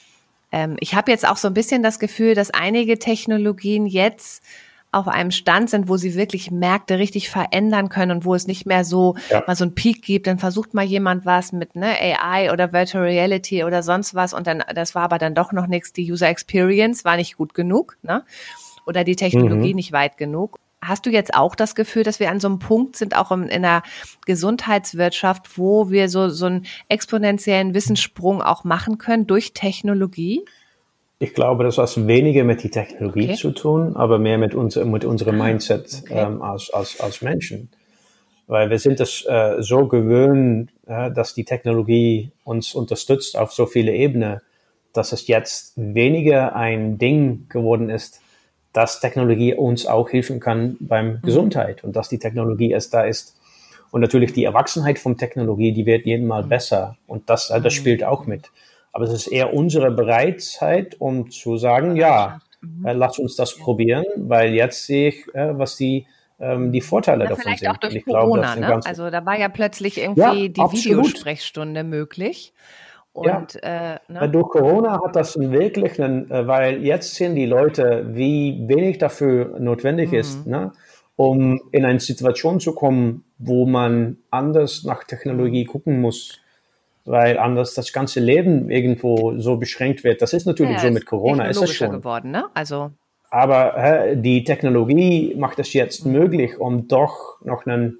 Speaker 1: Ich habe jetzt auch so ein bisschen das Gefühl, dass einige Technologien jetzt auf einem Stand sind, wo sie wirklich Märkte richtig verändern können und wo es nicht mehr so mal so einen Peak gibt, dann versucht mal jemand was mit AI oder Virtual Reality oder sonst was und dann, das war aber dann doch noch nichts, die User Experience war nicht gut genug, ne? Oder die Technologie nicht weit genug. Hast du jetzt auch das Gefühl, dass wir an so einem Punkt sind, auch in der Gesundheitswirtschaft, wo wir so einen exponentiellen Wissenssprung auch machen können durch Technologie?
Speaker 2: Ich glaube, das hat weniger mit der Technologie zu tun, aber mehr mit unserem Mindset als Menschen. Weil wir sind es so gewöhnt, dass die Technologie uns unterstützt auf so viele Ebenen, dass es jetzt weniger ein Ding geworden ist, dass Technologie uns auch helfen kann beim Gesundheit und dass die Technologie es da ist. Und natürlich die Erwachsenheit von Technologie, die wird jeden Mal besser und das spielt auch mit. Aber es ist eher unsere Bereitheit, um zu sagen, lass uns das probieren, weil jetzt sehe ich, was die Vorteile davon
Speaker 1: vielleicht
Speaker 2: sind.
Speaker 1: Auch durch
Speaker 2: und ich
Speaker 1: Corona,
Speaker 2: glaube,
Speaker 1: ne? Also da war ja plötzlich irgendwie die Videosprechstunde möglich. Und,
Speaker 2: durch Corona hat das wirklich weil jetzt sehen die Leute, wie wenig dafür notwendig ist, ne, um in eine Situation zu kommen, wo man anders nach Technologie gucken muss, weil anders das ganze Leben irgendwo so beschränkt wird. Das ist natürlich so mit Corona, ist es schon.
Speaker 1: Geworden, ne? Also.
Speaker 2: Aber die Technologie macht es jetzt möglich, um doch noch ein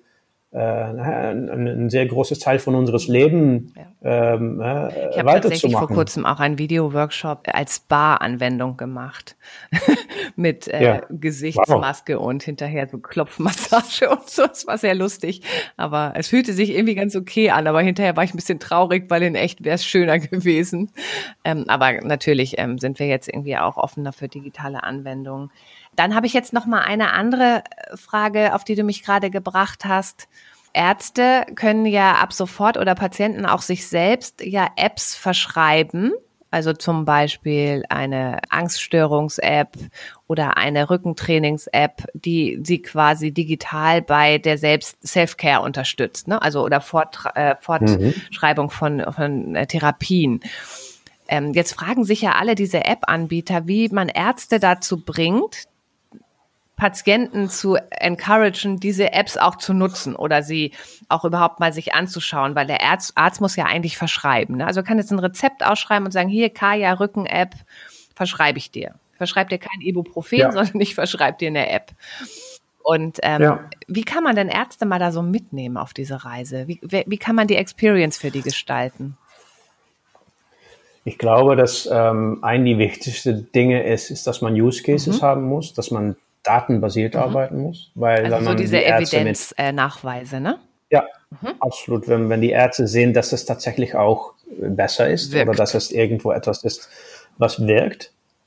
Speaker 2: sehr großes Teil von unseres Lebens weiterzumachen.
Speaker 1: Ich habe tatsächlich vor kurzem auch einen Video-Workshop als Spa-Anwendung gemacht mit Gesichtsmaske und hinterher so Klopfmassage und so. Es war sehr lustig, aber es fühlte sich irgendwie ganz okay an, aber hinterher war ich ein bisschen traurig, weil in echt wäre es schöner gewesen. Aber natürlich sind wir jetzt irgendwie auch offener für digitale Anwendungen. Dann habe ich jetzt noch mal eine andere Frage, auf die du mich gerade gebracht hast. Ärzte können ja ab sofort oder Patienten auch sich selbst Apps verschreiben. Also zum Beispiel eine Angststörungs-App oder eine Rückentrainings-App, die sie quasi digital bei der Self-Care unterstützt, ne? Also oder Fortschreibung von Therapien. Jetzt fragen sich ja alle diese App-Anbieter, wie man Ärzte dazu bringt, Patienten zu encouragen, diese Apps auch zu nutzen oder sie auch überhaupt mal sich anzuschauen, weil der Arzt muss ja eigentlich verschreiben. Ne? Also kann jetzt ein Rezept ausschreiben und sagen, hier Kaya Rücken-App, verschreibe ich dir. Verschreib dir kein Ibuprofen, sondern ich verschreibe dir eine App. Und wie kann man denn Ärzte mal da so mitnehmen auf diese Reise? Wie kann man die Experience für die gestalten?
Speaker 2: Ich glaube, dass eine der wichtigsten Dinge ist, dass man Use Cases haben muss, dass man datenbasiert arbeiten muss. Weil
Speaker 1: also
Speaker 2: wenn man
Speaker 1: so diese
Speaker 2: die
Speaker 1: Evidenznachweise, ne?
Speaker 2: Ja, absolut. Wenn die Ärzte sehen, dass es tatsächlich auch besser ist oder dass es irgendwo etwas ist, was wirkt,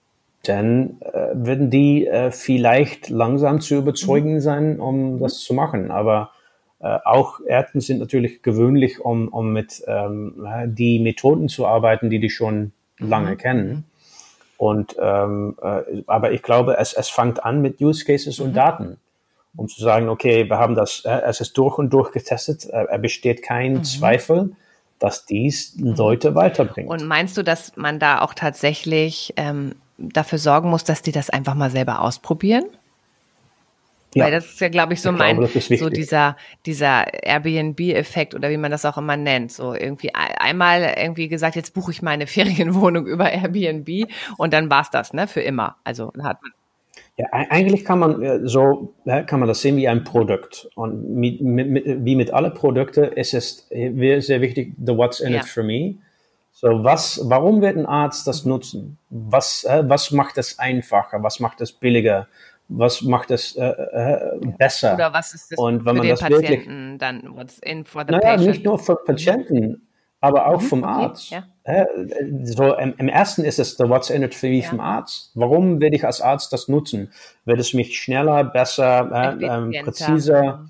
Speaker 2: dann würden die vielleicht langsam zu überzeugen sein, um das zu machen. Aber auch Ärzte sind natürlich gewöhnlich, um mit die Methoden zu arbeiten, die schon lange kennen. Und aber ich glaube, es fängt an mit Use Cases und Daten, um zu sagen, okay, wir haben das, es ist durch und durch getestet, besteht kein Zweifel, dass dies Leute weiterbringt.
Speaker 1: Und meinst du, dass man da auch tatsächlich dafür sorgen muss, dass die das einfach mal selber ausprobieren?
Speaker 2: Ja.
Speaker 1: Weil das ist ja, glaube ich, so so dieser Airbnb-Effekt oder wie man das auch immer nennt. So irgendwie einmal irgendwie gesagt, jetzt buche ich meine Ferienwohnung über Airbnb und dann war's das, ne, für immer. Also hat man.
Speaker 2: Ja, eigentlich kann man das sehen wie ein Produkt. Und wie mit allen Produkten ist es sehr wichtig, the what's in it for me. So, warum wird ein Arzt das nutzen? Was macht es einfacher? Was macht es billiger? Was macht es besser?
Speaker 1: Oder was ist das
Speaker 2: und wenn
Speaker 1: für
Speaker 2: man
Speaker 1: den
Speaker 2: das
Speaker 1: Patienten dann, what's in for the patient?
Speaker 2: Nicht nur für Patienten, aber auch vom Arzt.
Speaker 1: Ja.
Speaker 2: So im ersten ist es the what's in it for me vom Arzt. Warum werde ich als Arzt das nutzen? Wird es mich schneller, besser, präziser,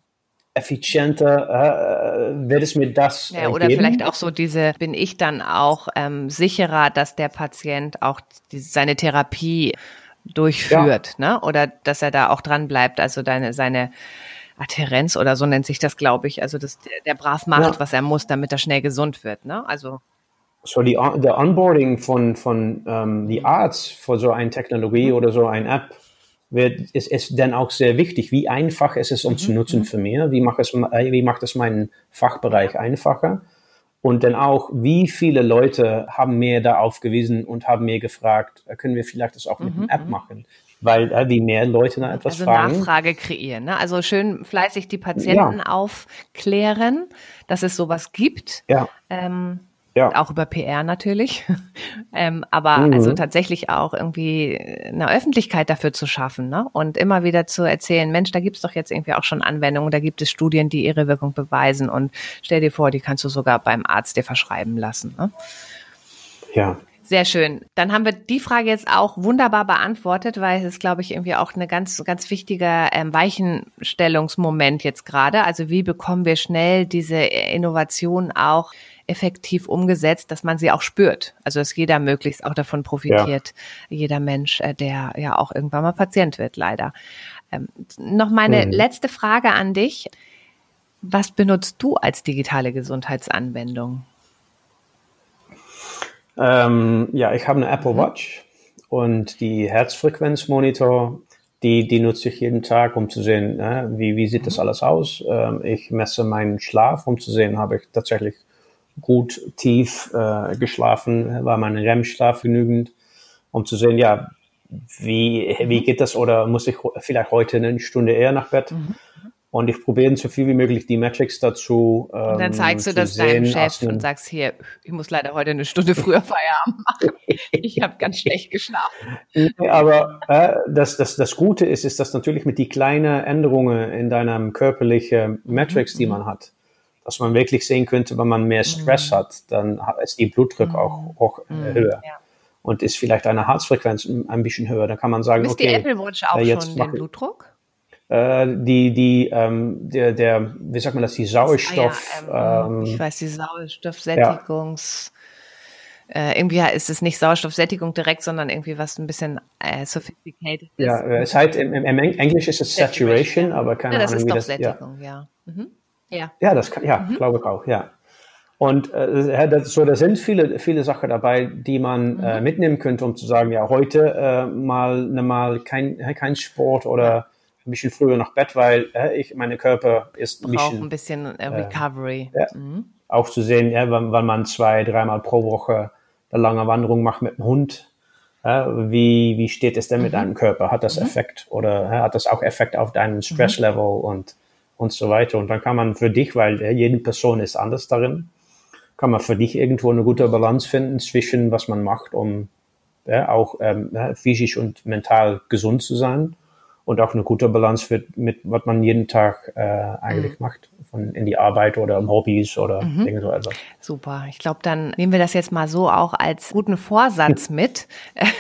Speaker 2: effizienter, wird es mir das
Speaker 1: oder
Speaker 2: geben?
Speaker 1: vielleicht auch so bin ich dann auch sicherer, dass der Patient auch seine Therapie durchführt, ne? Oder dass er da auch dran bleibt, also seine Adhärenz oder so nennt sich das, glaube ich, also dass der brav macht, was er muss, damit er schnell gesund wird, ne? Also
Speaker 2: so der Onboarding von die Arzt für so eine Technologie oder so eine App ist dann auch sehr wichtig. Wie einfach ist es, zu nutzen für mich? Wie macht es meinen Fachbereich einfacher? Und dann auch, wie viele Leute haben mir da aufgewiesen und haben mir gefragt, können wir vielleicht das auch mit einer App machen? Weil wie mehr Leute nach etwas fragen.
Speaker 1: Also Nachfrage kreieren, ne? Also schön fleißig die Patienten aufklären, dass es sowas gibt.
Speaker 2: Ja.
Speaker 1: Auch über PR natürlich, aber also tatsächlich auch irgendwie eine Öffentlichkeit dafür zu schaffen, ne? Und immer wieder zu erzählen, Mensch, da gibt's doch jetzt irgendwie auch schon Anwendungen, da gibt es Studien, die ihre Wirkung beweisen und stell dir vor, die kannst du sogar beim Arzt dir verschreiben lassen, ne?
Speaker 2: Ja.
Speaker 1: Sehr schön. Dann haben wir die Frage jetzt auch wunderbar beantwortet, weil es ist, glaube ich, irgendwie auch eine ganz, ganz wichtiger Weichenstellungsmoment jetzt gerade. Also wie bekommen wir schnell diese Innovation auch effektiv umgesetzt, dass man sie auch spürt. Also dass jeder möglichst auch davon profitiert, jeder Mensch, der ja auch irgendwann mal Patient wird, leider. Noch meine letzte Frage an dich. Was benutzt du als digitale Gesundheitsanwendung?
Speaker 2: Ich habe eine Apple Watch und die Herzfrequenzmonitor, die nutze ich jeden Tag, um zu sehen, wie sieht das alles aus. Ich messe meinen Schlaf, um zu sehen, habe ich tatsächlich gut tief geschlafen, war mein REM-Schlaf genügend, um zu sehen, ja, wie geht das oder muss ich vielleicht heute eine Stunde eher nach Bett? Und ich probiere so viel wie möglich die Metrics dazu
Speaker 1: und dann zeigst du das deinem Chef und sagst, hier, ich muss leider heute eine Stunde früher Feierabend machen. Ich habe ganz schlecht geschlafen.
Speaker 2: Aber das Gute ist, dass natürlich mit die kleinen Änderungen in deinem körperlichen Metrics, die man hat, dass man wirklich sehen könnte, wenn man mehr Stress hat, dann ist die Blutdruck auch höher. Ja. Und ist vielleicht eine Herzfrequenz ein bisschen höher. Dann kann man sagen,
Speaker 1: misst die Apple Watch auch schon den Blutdruck?
Speaker 2: Wie sagt man das, die Sauerstoff.
Speaker 1: Ich weiß, die Sauerstoffsättigungs. Ja. Irgendwie ist es nicht Sauerstoffsättigung direkt, sondern irgendwie was ein bisschen sophisticated ist.
Speaker 2: Ja, es heißt, im Englisch ist es Saturation, aber keine Ahnung,
Speaker 1: das ist
Speaker 2: wie
Speaker 1: doch
Speaker 2: das
Speaker 1: Sättigung, ja.
Speaker 2: Ja, das kann, glaube ich auch, ja. Und da sind viele Sachen dabei, die man mitnehmen könnte, um zu sagen, ja, heute mal kein Sport oder ein bisschen früher nach Bett, weil meine Körper ist
Speaker 1: ein bisschen Recovery.
Speaker 2: Auch zu sehen, wenn man 2-3 Mal pro Woche eine lange Wanderung macht mit dem Hund, wie steht es denn mit deinem Körper? Hat das Effekt oder hat das auch Effekt auf deinen Stresslevel und so weiter? Und dann kann man für dich, weil jede Person ist anders darin, kann man für dich irgendwo eine gute Balance finden zwischen was man macht, um auch physisch und mental gesund zu sein und auch eine gute Balance mit was man jeden Tag eigentlich macht, in die Arbeit oder im Hobbys oder irgend so etwas.
Speaker 1: Super. Ich glaube, dann nehmen wir das jetzt mal so auch als guten Vorsatz mit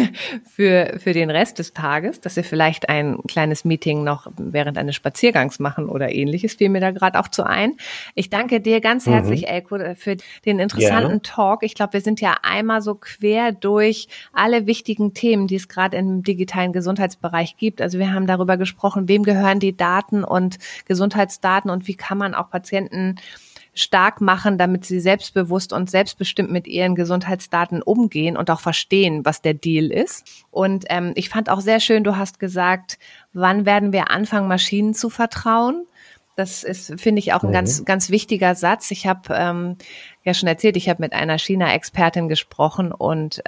Speaker 1: für den Rest des Tages, dass wir vielleicht ein kleines Meeting noch während eines Spaziergangs machen oder ähnliches, fiel mir da gerade auch zu ein. Ich danke dir ganz herzlich, Eelco, für den interessanten Talk. Ich glaube, wir sind ja einmal so quer durch alle wichtigen Themen, die es gerade im digitalen Gesundheitsbereich gibt. Also wir haben darüber gesprochen, wem gehören die Daten und Gesundheitsdaten und wie kann man auch Patienten stark machen, damit sie selbstbewusst und selbstbestimmt mit ihren Gesundheitsdaten umgehen und auch verstehen, was der Deal ist. Und ich fand auch sehr schön, du hast gesagt, wann werden wir anfangen, Maschinen zu vertrauen? Das ist, finde ich, auch ein ganz, ganz wichtiger Satz. Ich habe ja schon erzählt, ich habe mit einer China-Expertin gesprochen und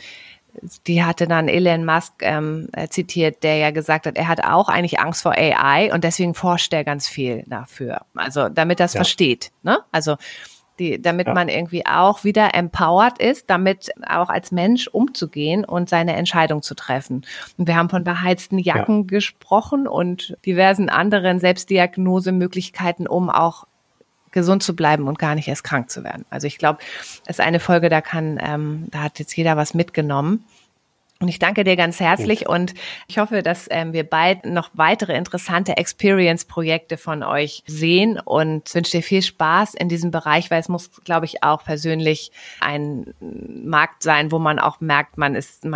Speaker 1: die hatte dann Elon Musk zitiert, der ja gesagt hat, er hat auch eigentlich Angst vor AI und deswegen forscht er ganz viel dafür. Also damit das versteht, ne? Also damit man irgendwie auch wieder empowered ist, damit auch als Mensch umzugehen und seine Entscheidung zu treffen. Und wir haben von beheizten Jacken gesprochen und diversen anderen Selbstdiagnosemöglichkeiten, um auch gesund zu bleiben und gar nicht erst krank zu werden. Also ich glaube, es ist eine Folge, da hat jetzt jeder was mitgenommen. Und ich danke dir ganz herzlich und ich hoffe, dass wir bald noch weitere interessante Experience-Projekte von euch sehen und wünsche dir viel Spaß in diesem Bereich, weil es muss, glaube ich, auch persönlich ein Markt sein, wo man auch merkt, man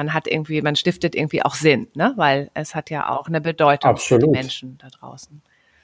Speaker 1: stiftet irgendwie auch Sinn, ne? Weil es hat ja auch eine Bedeutung für die Menschen da draußen.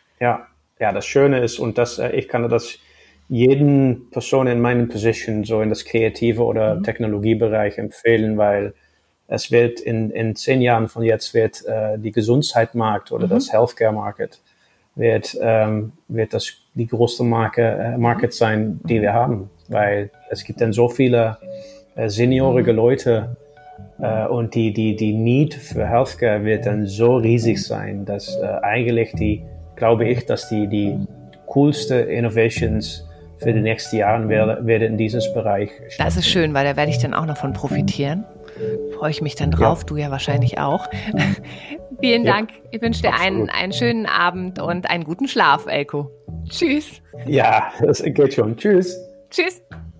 Speaker 2: Ja, das Schöne ist, und ich kann das jeden Person in meinem Position so in das kreative oder Technologiebereich empfehlen, weil es wird in 10 Jahren von jetzt wird die Gesundheitsmarkt oder das Healthcare Market wird das die größte Market sein, die wir haben, weil es gibt dann so viele seniorige Leute und die Need für Healthcare wird dann so riesig sein, dass eigentlich glaube ich, dass die coolste Innovations für die nächsten Jahre werden in dieses Bereich stattfinden.
Speaker 1: Das ist schön, weil da werde ich dann auch noch von profitieren. Freue ich mich dann drauf, du ja wahrscheinlich auch. Vielen Dank. Ich wünsche dir einen schönen Abend und einen guten Schlaf, Eelco. Tschüss.
Speaker 2: Ja, das geht schon. Tschüss.
Speaker 1: Tschüss.